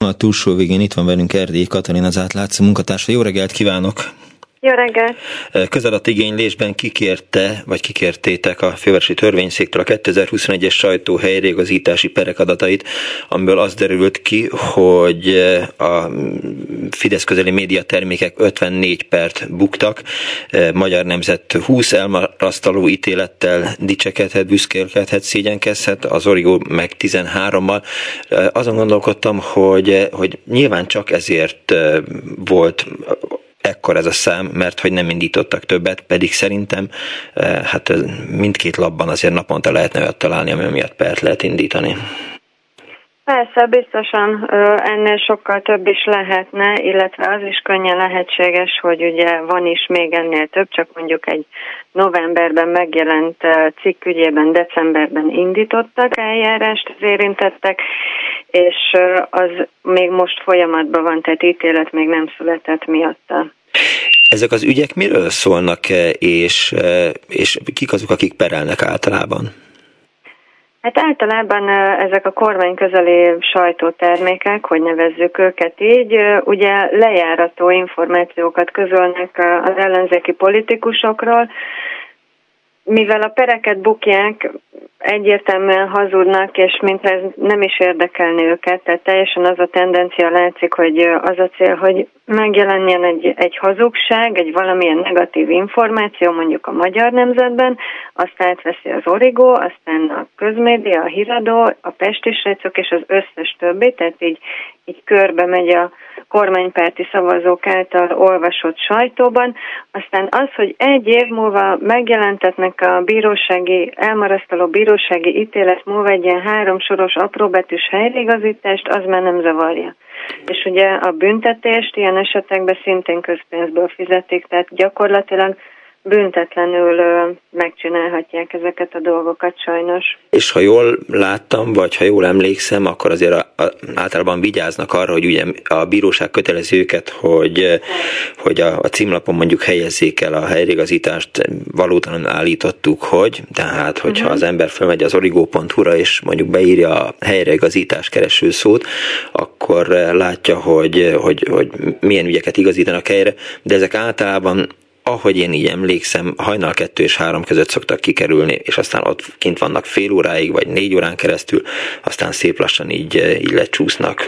vonal túlsó végén itt van velünk Erdélyi Katalin, az Átlátszó munkatársa. Jó reggelt kívánok! Jó reggelt! Közadatigénylésben kikértétek a fővárosi törvényszéktől a 2021-es sajtó helyreigazítási perek adatait, amiből az derült ki, hogy a Fidesz közeli médiatermékek 54 pert buktak, Magyar Nemzet 20 elmarasztaló ítélettel dicsekedhet, büszkélkedhet, szégyenkezhet, az Origo meg 13-mal. Azon gondolkodtam, hogy nyilván csak ezért volt ekkor ez a szám, mert hogy nem indítottak többet, pedig szerintem hát mindkét labban azért naponta lehetne olyat találni, ami miatt pert lehet indítani. Persze, biztosan ennél sokkal több is lehetne, illetve az is könnyen lehetséges, hogy ugye van is még ennél több, csak mondjuk egy novemberben megjelent cikk ügyében decemberben indítottak eljárást az érintettek, és az még most folyamatban van, tehát ítélet még nem született miatta. Ezek az ügyek miről szólnak, és kik azok, akik perelnek általában? Hát általában ezek a kormányközeli sajtótermékek, hogy nevezzük őket így, ugye lejárató információkat közölnek az ellenzéki politikusokról, mivel a pereket bukják, egyértelműen hazudnak, és mintha ez nem is érdekelni őket, tehát teljesen az a tendencia látszik, hogy az a cél, hogy megjelenjen egy hazugság, egy valamilyen negatív információ, mondjuk a Magyar Nemzetben, azt átveszi az Origo, aztán a közmédia, a Híradó, a Pesti Srácok és az összes többi, tehát így körbe megy a kormánypárti szavazók által olvasott sajtóban. Aztán az, hogy egy év múlva megjelentetnek a elmarasztaló bírósági ítélet múlva egy ilyen 3 soros apróbetűs helyreigazítást, az már nem zavarja. És ugye a büntetést ilyen esetekben szintén közpénzből fizetik, tehát gyakorlatilag büntetlenül megcsinálhatják ezeket a dolgokat sajnos. És ha jól láttam, vagy ha jól emlékszem, akkor azért általában vigyáznak arra, hogy ugye a bíróság kötelezi őket, hogy a címlapon mondjuk helyezzék el a helyreigazítást, valótalanul állítottuk, tehát hogyha az ember felmegy az origo.hu-ra és mondjuk beírja a helyreigazítás keresőszót, akkor látja, hogy milyen ügyeket igazítanak helyre, de ezek általában, ahogy én így emlékszem, hajnal 2 és 3 között szoktak kikerülni, és aztán ott kint vannak fél óráig, vagy 4 órán keresztül, aztán szép lassan így lecsúsznak.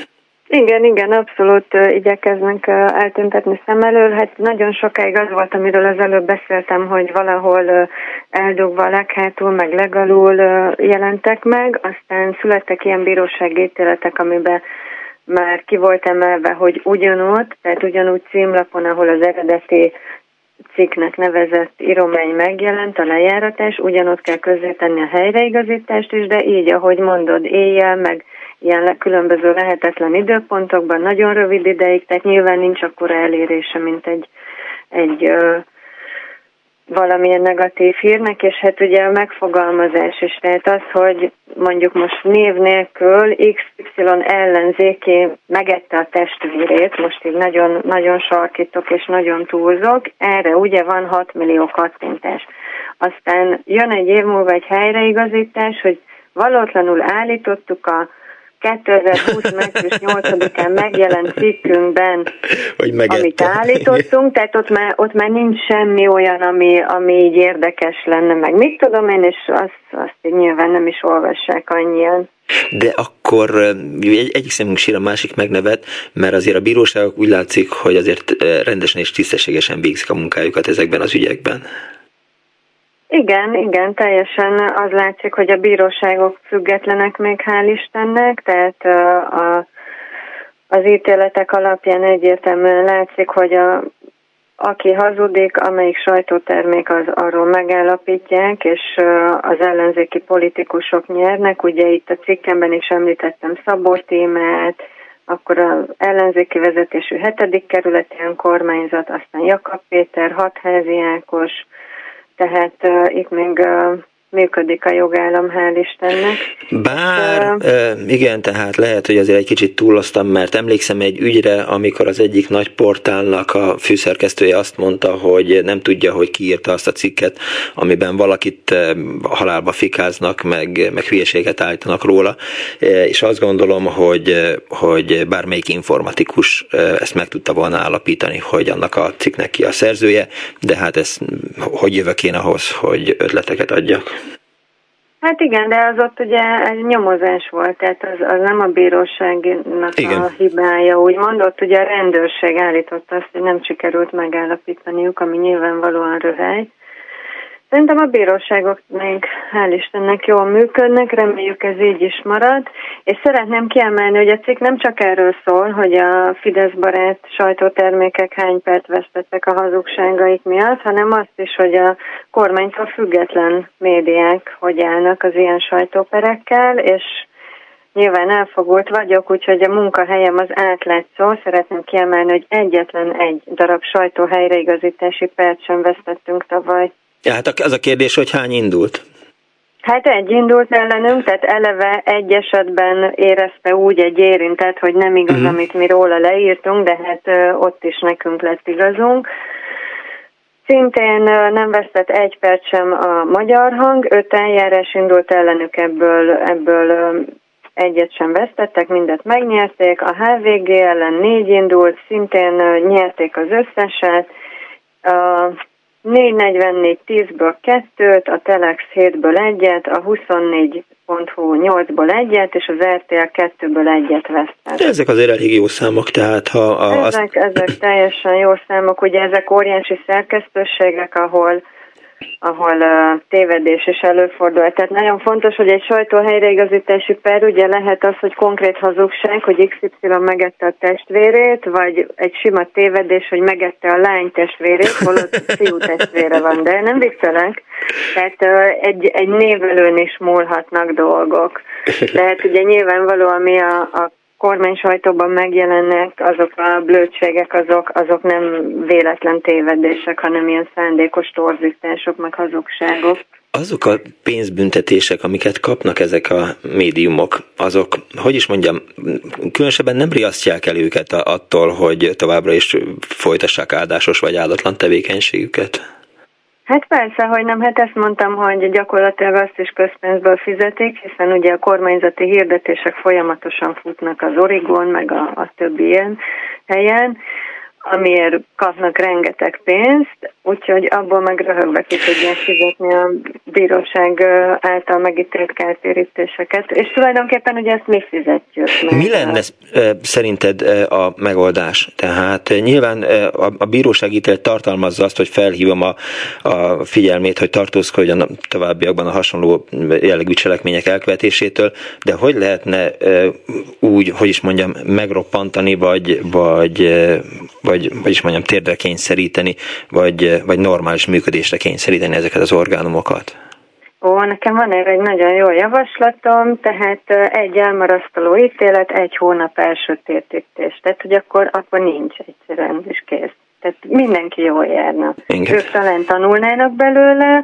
Igen, abszolút igyekeznek eltüntetni szem elől. Hát nagyon sokáig az volt, amiről az előbb beszéltem, hogy valahol eldugva leghátul, meg legalul jelentek meg, aztán születtek ilyen bírósági ítéletek, amiben már ki volt emelve, hogy ugyanott, tehát ugyanúgy címlapon, ahol az eredeti cikknek nevezett íromány megjelent, a lejáratás, ugyanott kell közzétenni a helyreigazítást is, de így, ahogy mondod, éjjel, meg ilyen különböző lehetetlen időpontokban, nagyon rövid ideig, tehát nyilván nincs akkora elérése, mint egy valamilyen negatív hírnek, és hát ugye a megfogalmazás is, tehát az, hogy mondjuk most név nélkül XY ellenzéki megette a testvérét, most így nagyon, nagyon sarkítok és nagyon túlzok, erre ugye van 6 millió kattintás. Aztán jön egy év múlva egy helyreigazítás, hogy valótlanul állítottuk a 2020. március 8-án megjelent cikkünkben, amit állítottunk, tehát ott már nincs semmi olyan, ami így érdekes lenne, meg mit tudom én, és azt így nyilván nem is olvassák annyian. De akkor egyik szemünk sír, a másik megnevet, mert azért a bíróságok úgy látszik, hogy azért rendesen és tisztességesen végzik a munkájukat ezekben az ügyekben. Igen, teljesen az látszik, hogy a bíróságok függetlenek még, hál' Istennek, tehát az ítéletek alapján egyértelműen látszik, hogy aki hazudik, amelyik sajtótermék, az arról megállapítják, és az ellenzéki politikusok nyernek. Ugye itt a cikkemben is említettem Szabó Tímát, akkor az ellenzéki vezetésű 7. kerületi önkormányzat, aztán Jakab Péter, Hatházi Ákos, tehát itt még működik a jogállam, hál' Istennek. Bár, igen, tehát lehet, hogy azért egy kicsit túloztam, mert emlékszem egy ügyre, amikor az egyik nagy portálnak a főszerkesztője azt mondta, hogy nem tudja, hogy ki írta azt a cikket, amiben valakit halálba fikáznak, meg hülyeséget állítanak róla, és azt gondolom, hogy bármelyik informatikus ezt meg tudta volna állapítani, hogy annak a cikknek ki a szerzője, de hát ez hogy jövök én ahhoz, hogy ötleteket adjak? Hát igen, de az ott ugye egy nyomozás volt, tehát az nem a bíróságnak a hibája, úgymond. Ott ugye a rendőrség állította azt, hogy nem sikerült megállapítaniuk, ami nyilvánvalóan röhely. Szerintem a bíróságok még hál' Istennek jól működnek, reméljük ez így is marad, és szeretném kiemelni, hogy a cikk nem csak erről szól, hogy a Fidesz-barát sajtótermékek hány pert vesztettek a hazugságaik miatt, hanem azt is, hogy a kormánytól független médiák hogy állnak az ilyen sajtóperekkel, és nyilván elfogult vagyok, úgyhogy a munkahelyem az átlátszó. Szeretném kiemelni, hogy egyetlen egy darab sajtóhelyreigazítási pert sem vesztettünk tavaly. Ja, hát az a kérdés, hogy hány indult? Hát egy indult ellenünk, tehát eleve egy esetben érezte úgy egy érintett, hogy nem igaz, amit mi róla leírtunk, de hát ott is nekünk lett igazunk. Szintén nem vesztett egy perc sem a Magyar Hang, 5 eljárás indult ellenük, ebből egyet sem vesztettek, mindet megnyerték. A HVG ellen 4 indult, szintén nyerték az összeset. 444 10-ből 2-t, a Telex 7-ből 1-et, a 24.hu 8-ból 1-et, és az RTL 2-ből 1-et vesztett. Ezek azért elég jó számok, tehát ezek teljesen jó számok, ugye ezek óriási szerkesztőségek, ahol tévedés is előfordul. Tehát nagyon fontos, hogy egy sajtóhelyreigazítási per ugye lehet az, hogy konkrét hazugság, hogy XY megette a testvérét, vagy egy sima tévedés, hogy megette a lány testvérét, holott fiú testvére van, de nem viccelek. Tehát egy névelőn is múlhatnak dolgok. Tehát ugye nyilvánvaló, ami a kormány sajtóban megjelennek, azok a blödségek, azok nem véletlen tévedések, hanem ilyen szándékos torzítások, meg hazugságok. Azok a pénzbüntetések, amiket kapnak ezek a médiumok, azok, hogy is mondjam, különösebben nem riasztják el őket attól, hogy továbbra is folytassák áldásos vagy áldatlan tevékenységüket? Hát persze, hogy nem, hát ezt mondtam, hogy gyakorlatilag azt is közpénzből fizetik, hiszen ugye a kormányzati hirdetések folyamatosan futnak az Origon, meg a többi ilyen helyen, amiért kapnak rengeteg pénzt, úgyhogy abból meg röhögve ki tudják fizetni a bíróság által megítélt kártérítéseket, és tulajdonképpen ugye ezt mi fizetjük. Mi lenne szerinted a megoldás? Tehát nyilván a bíróságítélet tartalmazza azt, hogy felhívom a figyelmét, hogy tartózkodjon a továbbiakban a hasonló jellegű cselekmények elkövetésétől, de hogy lehetne úgy, hogy is mondjam, megroppantani, vagy is mondjam, térdre kényszeríteni, vagy normális működésre kényszeríteni ezeket az orgánumokat? Nekem van erre egy nagyon jó javaslatom, tehát egy elmarasztaló ítélet, 1 hónap elsötétítés. Tehát, hogy akkor nincs egyszerűen, és kész. Tehát mindenki jól járna. Ők talán tanulnának belőle,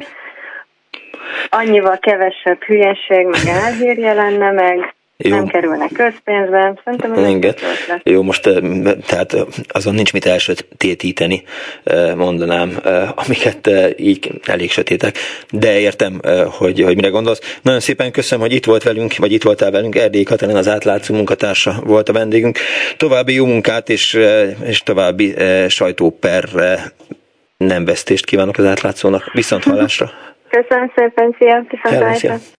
annyival kevesebb hülyeség, meg álhírje lenne, meg jó. Nem kerülnek közpénzben, szerintem ez jó, most tehát azon nincs mit elsötétíteni, mondanám, amiket így elég sötétek, de értem, hogy mire gondolsz. Nagyon szépen köszönöm, hogy itt volt velünk, vagy itt voltál velünk. Erdélyi Katalin, az Átlátszó munkatársa volt a vendégünk. További jó munkát és további sajtóper nem vesztést kívánok az Átlátszónak. Viszont hallásra. Köszönöm szépen, szia!